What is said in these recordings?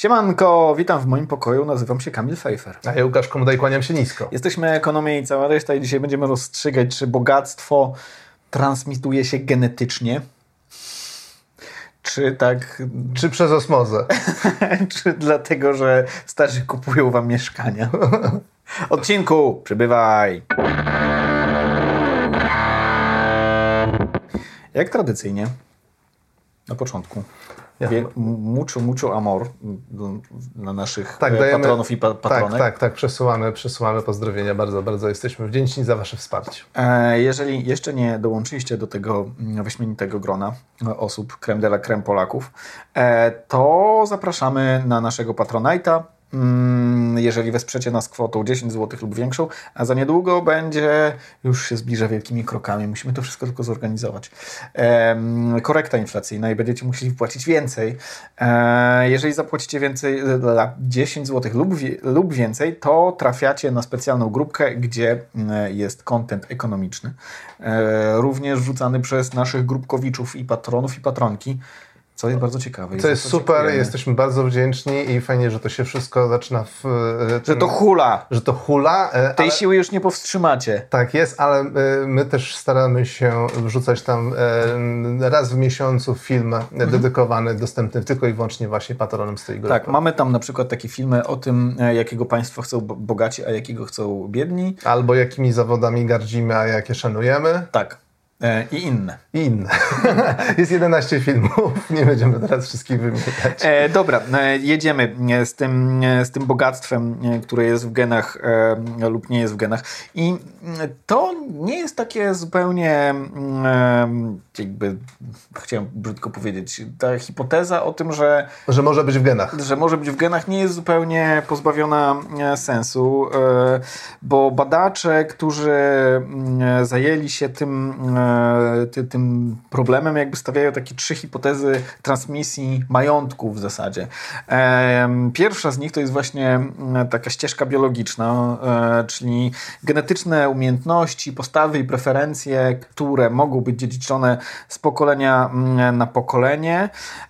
Siemanko, witam w moim pokoju, nazywam się Kamil Fejfer. A ja Łukasz Komodaj, kłaniam się nisko. Jesteśmy Ekonomia i cała reszta i dzisiaj będziemy rozstrzygać, czy bogactwo transmituje się genetycznie, czy przez osmozę, czy dlatego, że starzy kupują wam mieszkania. Odcinku, przybywaj! Jak tradycyjnie, na początku. Mucho amor dla naszych patronów i patronek. Tak, przesyłamy pozdrowienia. Bardzo, bardzo jesteśmy wdzięczni za wasze wsparcie. Jeżeli jeszcze nie dołączyliście do tego wyśmienitego grona osób, creme de la creme Polaków, to zapraszamy na naszego Patronite'a. Jeżeli wesprzecie nas kwotą 10 zł lub większą, a za niedługo już się zbliża wielkimi krokami, musimy to wszystko tylko zorganizować. Korekta inflacyjna i będziecie musieli płacić więcej. Jeżeli zapłacicie więcej, 10 zł lub więcej, to trafiacie na specjalną grupkę, gdzie jest content ekonomiczny. Również wrzucany przez naszych grupkowiczów i patronów i patronki. Co jest bardzo ciekawe. To jest super, dziękujemy. Jesteśmy bardzo wdzięczni i fajnie, że to się wszystko zaczyna że to hula. Że to hula. Tej siły już nie powstrzymacie. Tak jest, ale my też staramy się wrzucać tam raz w miesiącu film dedykowany, dostępny tylko i wyłącznie właśnie patronom z tej grupy. Tak, mamy tam na przykład takie filmy o tym, jakiego państwa chcą bogaci, a jakiego chcą biedni. Albo jakimi zawodami gardzimy, a jakie szanujemy. Tak. I inne. Jest 11 filmów, nie będziemy teraz wszystkich wymieniać. Dobra, jedziemy z tym bogactwem, które jest w genach lub nie jest w genach. I to nie jest takie zupełnie, jakby chciałem brzydko powiedzieć, ta hipoteza o tym, że może być w genach. Że może być w genach, nie jest zupełnie pozbawiona sensu, bo badacze, którzy zajęli się tym problemem, jakby stawiają takie 3 hipotezy transmisji majątku w zasadzie. Pierwsza z nich to jest właśnie taka ścieżka biologiczna, czyli genetyczne umiejętności, postawy i preferencje, które mogą być dziedziczone z pokolenia na pokolenie.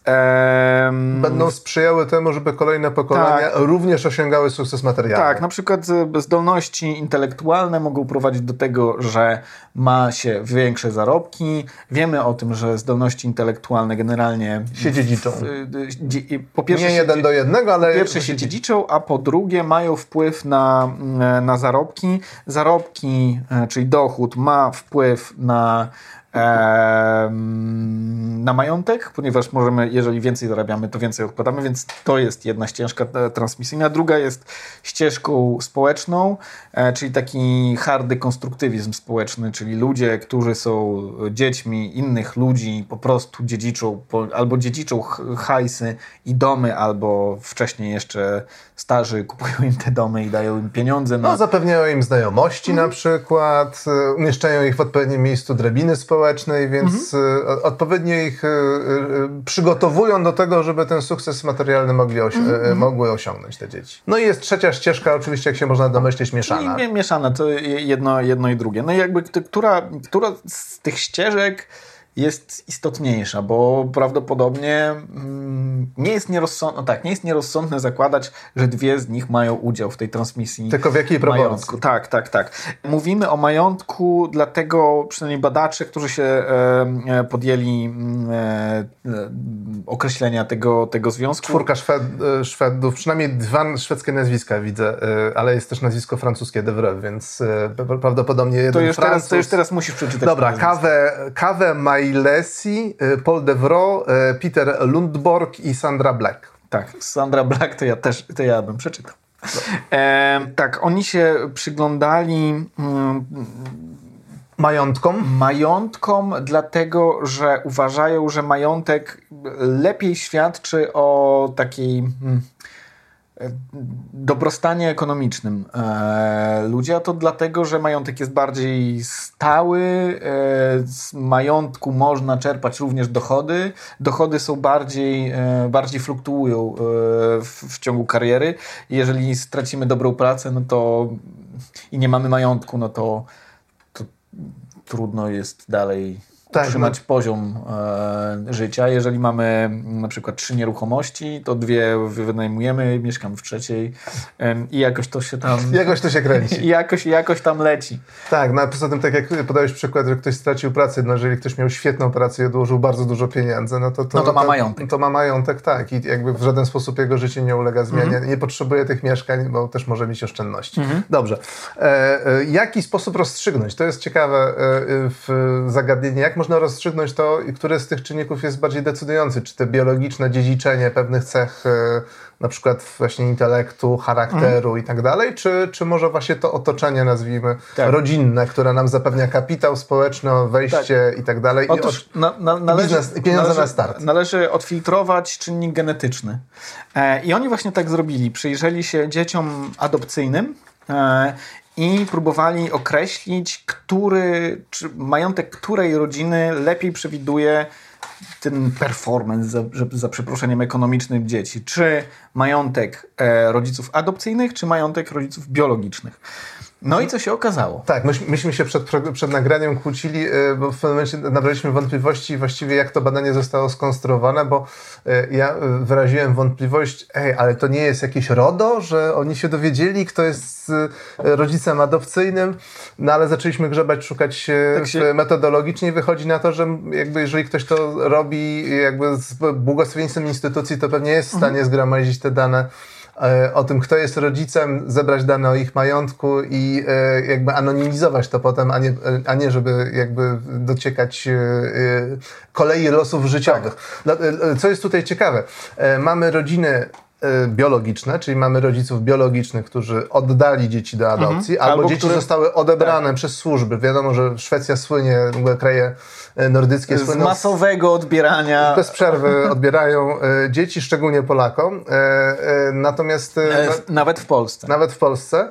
Będą sprzyjały temu, żeby kolejne pokolenia również osiągały sukces materialny. Tak, na przykład zdolności intelektualne mogą prowadzić do tego, że ma się większe zarobki. Wiemy o tym, że zdolności intelektualne generalnie się dziedziczą. Po pierwsze, nie 1 do 1, ale... Po pierwsze się dziedziczą, a po drugie mają wpływ na zarobki. Zarobki, czyli dochód, ma wpływ na majątek, ponieważ możemy, jeżeli więcej zarabiamy, to więcej odkładamy, więc to jest jedna ścieżka transmisyjna. Druga jest ścieżką społeczną, czyli taki hardy konstruktywizm społeczny, czyli ludzie, którzy są dziećmi innych ludzi, po prostu albo dziedziczą hajsy i domy, albo wcześniej jeszcze starzy kupują im te domy i dają im pieniądze. Zapewniają im znajomości na przykład, umieszczają ich w odpowiednim miejscu drabiny społecznej, więc odpowiednio ich przygotowują do tego, żeby ten sukces materialny mogły osiągnąć te dzieci. No i jest trzecia ścieżka, oczywiście, jak się można domyśleć, mieszana. Mieszana, to jedno i drugie. No i jakby która z tych ścieżek jest istotniejsza, bo prawdopodobnie nie jest nierozsądne zakładać, że 2 z nich mają udział w tej transmisji. Tylko w jakiej proporcji? Majątku. Tak. Mówimy o majątku, dlatego przynajmniej badacze, którzy się podjęli określenia tego związku. 4 Szwedów, przynajmniej 2 szwedzkie nazwiska widzę, ale jest też nazwisko francuskie Devreux, więc prawdopodobnie jeden Francuz. To już teraz musisz przeczytać. Dobra, kawę Mailesi, Paul Devreux, Peter Lundborg i Sandra Black. Tak, Sandra Black to ja bym przeczytał. Tak, oni się przyglądali majątkom, dlatego, że uważają, że majątek lepiej świadczy o takiej dobrostanie ekonomicznym ludzi, a to dlatego, że majątek jest bardziej stały, z majątku można czerpać również dochody. Dochody są bardziej fluktuują w ciągu kariery. Jeżeli stracimy dobrą pracę, no to i nie mamy majątku, no to trudno jest dalej utrzymać poziom życia. Jeżeli mamy na przykład 3 nieruchomości, to 2 wynajmujemy, mieszkamy w trzeciej i jakoś to się tam... Jakoś to się kręci. jakoś tam leci. Tak, no a poza tym, tak jak podałeś przykład, że ktoś stracił pracę, no jeżeli ktoś miał świetną pracę i odłożył bardzo dużo pieniędzy, to ma majątek. To ma majątek, tak. I jakby w żaden sposób jego życie nie ulega zmianie. Nie potrzebuje tych mieszkań, bo też może mieć oszczędności. Dobrze. Jaki sposób rozstrzygnąć? To jest ciekawe zagadnienie. Jak można rozstrzygnąć to, który z tych czynników jest bardziej decydujący? Czy te biologiczne dziedziczenie pewnych cech, na przykład właśnie intelektu, charakteru i tak dalej, czy może właśnie to otoczenie, nazwijmy, rodzinne, które nam zapewnia kapitał społeczny, wejście i tak dalej. Otóż biznes i pieniądze na start. Należy odfiltrować czynnik genetyczny. I oni właśnie tak zrobili. Przyjrzeli się dzieciom adopcyjnym i próbowali określić, majątek której rodziny lepiej przewiduje ten performance, za przeproszeniem, ekonomicznym dzieci. Czy majątek rodziców adopcyjnych, czy majątek rodziców biologicznych. No i co się okazało? Tak, myśmy się przed nagraniem kłócili, bo w pewnym momencie nabraliśmy wątpliwości właściwie, jak to badanie zostało skonstruowane, bo ja wyraziłem wątpliwość, ale to nie jest jakieś RODO, że oni się dowiedzieli, kto jest rodzicem adopcyjnym, no ale zaczęliśmy grzebać, szukać metodologicznie i wychodzi na to, że jakby jeżeli ktoś to robi jakby z błogosławieństwem instytucji, to pewnie jest w stanie zgromadzić te dane o tym, kto jest rodzicem, zebrać dane o ich majątku i jakby anonimizować to potem, a nie żeby jakby dociekać kolei losów życiowych. Tak. Co jest tutaj ciekawe, mamy rodziny biologiczne, czyli mamy rodziców biologicznych, którzy oddali dzieci do adopcji, albo dzieci zostały odebrane przez służby. Wiadomo, że Szwecja słynie, w ogóle kraje nordyckie słyną z masowego odbierania. Bez przerwy odbierają dzieci, szczególnie Polakom. Natomiast nawet w Polsce. Nawet w Polsce.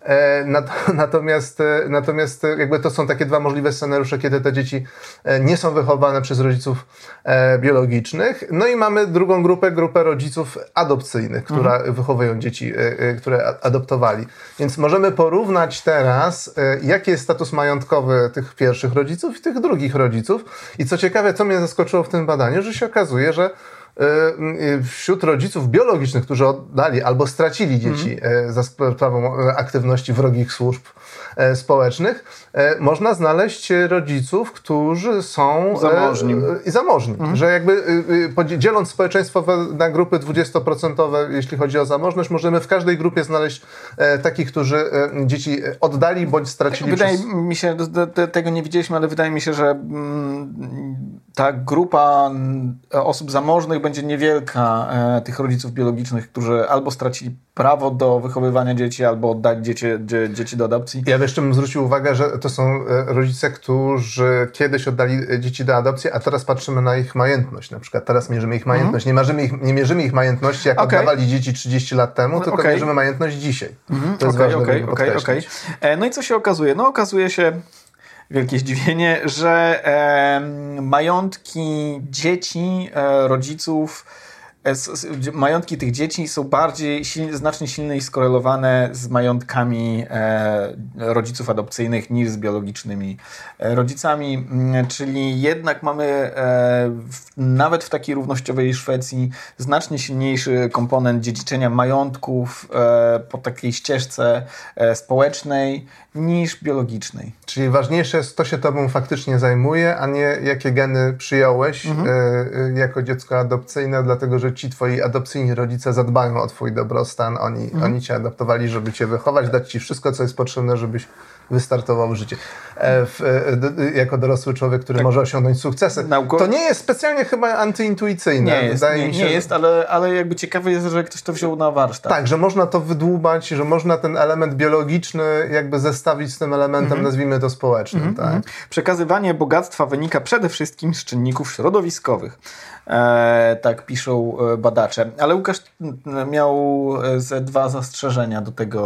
Natomiast jakby to są takie dwa możliwe scenariusze, kiedy te dzieci nie są wychowane przez rodziców biologicznych. No i mamy drugą grupę rodziców adopcyjnych, która wychowują dzieci, które adoptowali. Więc możemy porównać teraz, jaki jest status majątkowy tych pierwszych rodziców i tych drugich rodziców. I co ciekawe, co mnie zaskoczyło w tym badaniu, że się okazuje, że wśród rodziców biologicznych, którzy oddali albo stracili dzieci za sprawą aktywności wrogich służb społecznych, można znaleźć rodziców, którzy są zamożni. Że jakby dzieląc społeczeństwo na grupy 20%, jeśli chodzi o zamożność, możemy w każdej grupie znaleźć takich, którzy dzieci oddali bądź stracili. Wydaje mi się, tego nie widzieliśmy, ale wydaje mi się, że ta grupa osób zamożnych będzie niewielka, tych rodziców biologicznych, którzy albo stracili prawo do wychowywania dzieci, albo oddali dzieci do adopcji. Ja jeszcze bym zwrócił uwagę, że to są rodzice, którzy kiedyś oddali dzieci do adopcji, a teraz patrzymy na ich majętność. Na przykład teraz mierzymy ich majętność. Nie mierzymy ich majętności, jak oddawali dzieci 30 lat temu, tylko mierzymy majętność dzisiaj. To jest ważne, żeby podkreślić. No i co się okazuje? No okazuje się, wielkie zdziwienie, że majątki dzieci, rodziców, majątki tych dzieci są znacznie silniej skorelowane z majątkami rodziców adopcyjnych niż z biologicznymi rodzicami, czyli jednak mamy nawet w takiej równościowej Szwecji znacznie silniejszy komponent dziedziczenia majątków po takiej ścieżce społecznej niż biologicznej. Czyli ważniejsze jest, kto się tobą faktycznie zajmuje, a nie jakie geny przyjąłeś jako dziecko adopcyjne, dlatego że ci twoi adopcyjni rodzice zadbają o twój dobrostan, oni cię adoptowali, żeby cię wychować, dać ci wszystko, co jest potrzebne, żebyś wystartował życie. Jako dorosły człowiek, który może osiągnąć sukcesy. To nie jest specjalnie chyba antyintuicyjne. Nie jest, ale jakby ciekawe jest, że ktoś to wziął na warsztat. Tak, że można to wydłubać, że można ten element biologiczny jakby zestawić z tym elementem, nazwijmy to społecznym. Tak? Przekazywanie bogactwa wynika przede wszystkim z czynników środowiskowych. Tak piszą badacze. Ale Łukasz miał ze 2 zastrzeżenia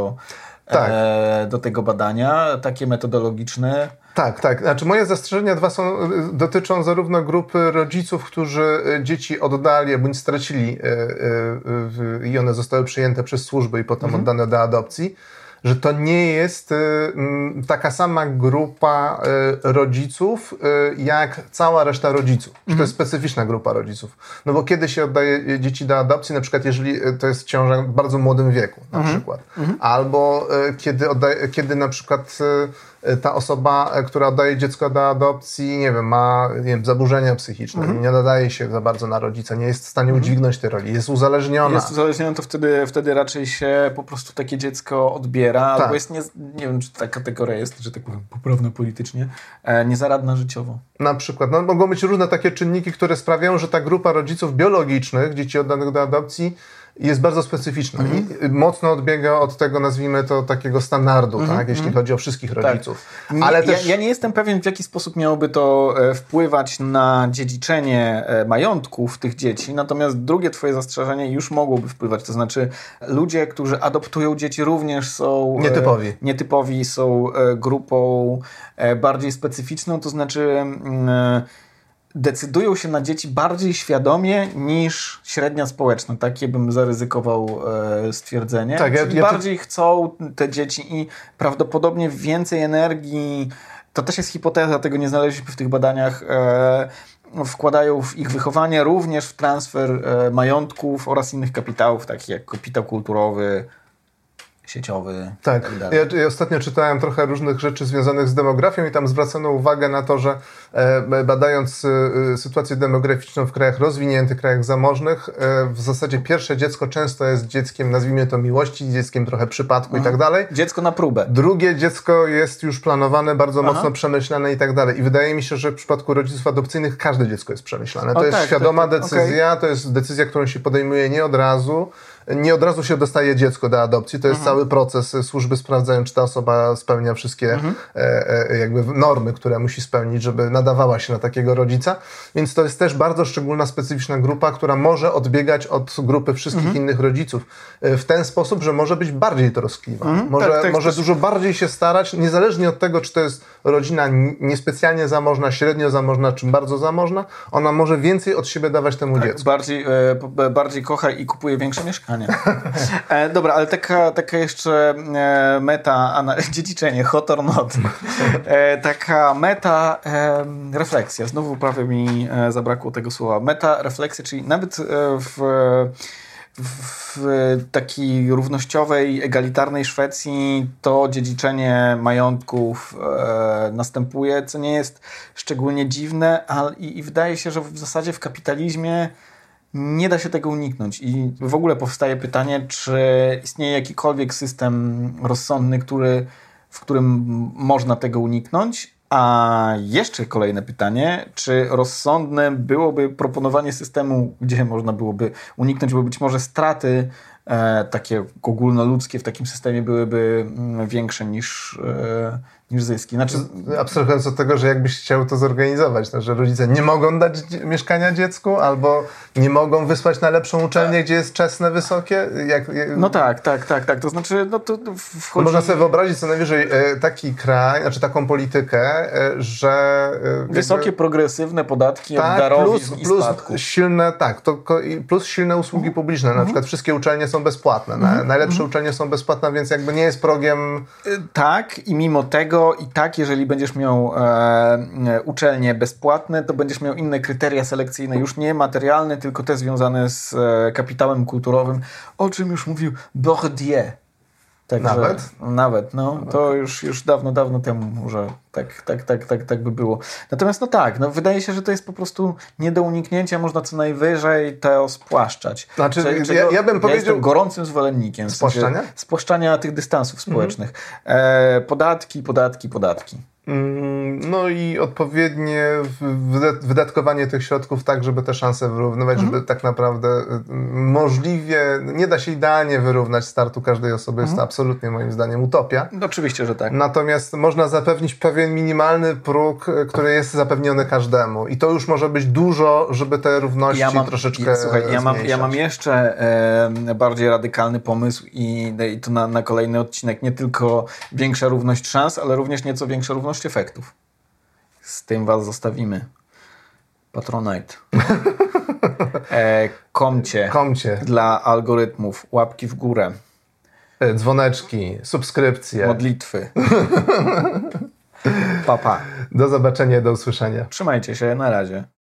do tego badania, takie metodologiczne. Tak. Znaczy moje zastrzeżenia 2 dotyczą zarówno grupy rodziców, którzy dzieci oddali bądź stracili i one zostały przyjęte przez służby i potem oddane do adopcji. że to nie jest taka sama grupa rodziców, jak cała reszta rodziców. Że to jest specyficzna grupa rodziców. No bo kiedy się oddaje dzieci do adopcji, na przykład jeżeli to jest ciąża w bardzo młodym wieku, na przykład. Albo kiedy na przykład ta osoba, która oddaje dziecko do adopcji, nie wiem, ma zaburzenia psychiczne, nie nadaje się za bardzo na rodzica, nie jest w stanie udźwignąć tej roli, jest uzależniona. Jest uzależniona, to wtedy raczej się po prostu takie dziecko odbiera, albo jest, nie wiem, czy ta kategoria jest, że tak powiem, poprawna politycznie, niezaradna życiowo. Na przykład, no, mogą być różne takie czynniki, które sprawiają, że ta grupa rodziców biologicznych, dzieci oddanych do adopcji, jest bardzo specyficzna i mocno odbiega od tego, nazwijmy to, takiego standardu, tak, jeśli chodzi o wszystkich rodziców. Tak. Ale ja nie jestem pewien, w jaki sposób miałoby to wpływać na dziedziczenie majątków tych dzieci, natomiast drugie twoje zastrzeżenie już mogłoby wpływać, to znaczy ludzie, którzy adoptują dzieci, również są nietypowi, są grupą bardziej specyficzną, to znaczy decydują się na dzieci bardziej świadomie niż średnia społeczna. Takie bym zaryzykował stwierdzenie. Tak, czyli bardziej chcą te dzieci i prawdopodobnie więcej energii, to też jest hipoteza, tego nie znaleźliśmy w tych badaniach, wkładają w ich wychowanie, również w transfer majątków oraz innych kapitałów, takich jak kapitał kulturowy, sieciowy. Tak. Ja ostatnio czytałem trochę różnych rzeczy związanych z demografią i tam zwracano uwagę na to, że badając sytuację demograficzną w krajach rozwiniętych, krajach zamożnych, w zasadzie pierwsze dziecko często jest dzieckiem, nazwijmy to miłości, dzieckiem trochę przypadku i tak dalej. Dziecko na próbę. Drugie dziecko jest już planowane, bardzo mocno przemyślane i tak dalej. I wydaje mi się, że w przypadku rodziców adopcyjnych każde dziecko jest przemyślane. To jest świadoma decyzja, to jest decyzja, którą się podejmuje nie od razu. Nie od razu się dostaje dziecko do adopcji, to jest cały proces. Służby sprawdzają, czy ta osoba spełnia wszystkie jakby normy, które musi spełnić, żeby nadawała się na takiego rodzica. Więc to jest też bardzo szczególna, specyficzna grupa, która może odbiegać od grupy wszystkich innych rodziców w ten sposób, że może być bardziej troskliwa. Może dużo bardziej się starać, niezależnie od tego, czy to jest rodzina niespecjalnie zamożna, średnio zamożna, czy bardzo zamożna, ona może więcej od siebie dawać temu dziecku. Bardziej kocha i kupuje większe mieszkanie. Dobra, ale taka jeszcze dziedziczenie, hot or not. Taka refleksja. Znowu prawie mi zabrakło tego słowa. Refleksja, czyli nawet w takiej równościowej, egalitarnej Szwecji to dziedziczenie majątków następuje, co nie jest szczególnie dziwne, i wydaje się, że w zasadzie w kapitalizmie nie da się tego uniknąć i w ogóle powstaje pytanie, czy istnieje jakikolwiek system rozsądny, w którym można tego uniknąć, a jeszcze kolejne pytanie, czy rozsądne byłoby proponowanie systemu, gdzie można byłoby uniknąć, bo być może straty takie ogólnoludzkie w takim systemie byłyby większe niż zyski. Znaczy, abstrahując od tego, że jakbyś chciał to zorganizować, to, że rodzice nie mogą dać mieszkania dziecku, albo nie mogą wysłać na lepszą uczelnię, gdzie jest czesne, wysokie? No tak. To znaczy, to wchodzi... Można sobie wyobrazić co najwyżej taki kraj, znaczy taką politykę, że... Wysokie, progresywne podatki od darowizn i spadków. Plus silne usługi publiczne. Na przykład wszystkie uczelnie są bezpłatne. Najlepsze uczelnie są bezpłatne, więc jakby nie jest progiem... Tak, i mimo tego jeżeli będziesz miał uczelnie bezpłatne, to będziesz miał inne kryteria selekcyjne, już nie materialne, tylko te związane z kapitałem kulturowym, o czym już mówił Bourdieu. Także, nawet, to już dawno temu, że tak by było. Natomiast wydaje się, że to jest po prostu nie do uniknięcia, można co najwyżej to spłaszczać. Znaczy, ja bym powiedział... Ja jestem gorącym zwolennikiem spłaszczania tych dystansów społecznych. Podatki. No i odpowiednie wydatkowanie tych środków tak, żeby te szanse wyrównywać, żeby tak naprawdę możliwie, nie da się idealnie wyrównać startu każdej osoby, jest to absolutnie moim zdaniem utopia. No, oczywiście, że tak. Natomiast można zapewnić pewien minimalny próg, który jest zapewniony każdemu i to już może być dużo, żeby te równości troszeczkę zmniejszać. Ja mam jeszcze bardziej radykalny pomysł i to na kolejny odcinek, nie tylko większa równość szans, ale również nieco większa równość efektów. Z tym was zostawimy. Patronite. Komcie. Dla algorytmów. Łapki w górę. dzwoneczki, subskrypcje. Modlitwy. Pa, pa. Do zobaczenia, do usłyszenia. Trzymajcie się, na razie.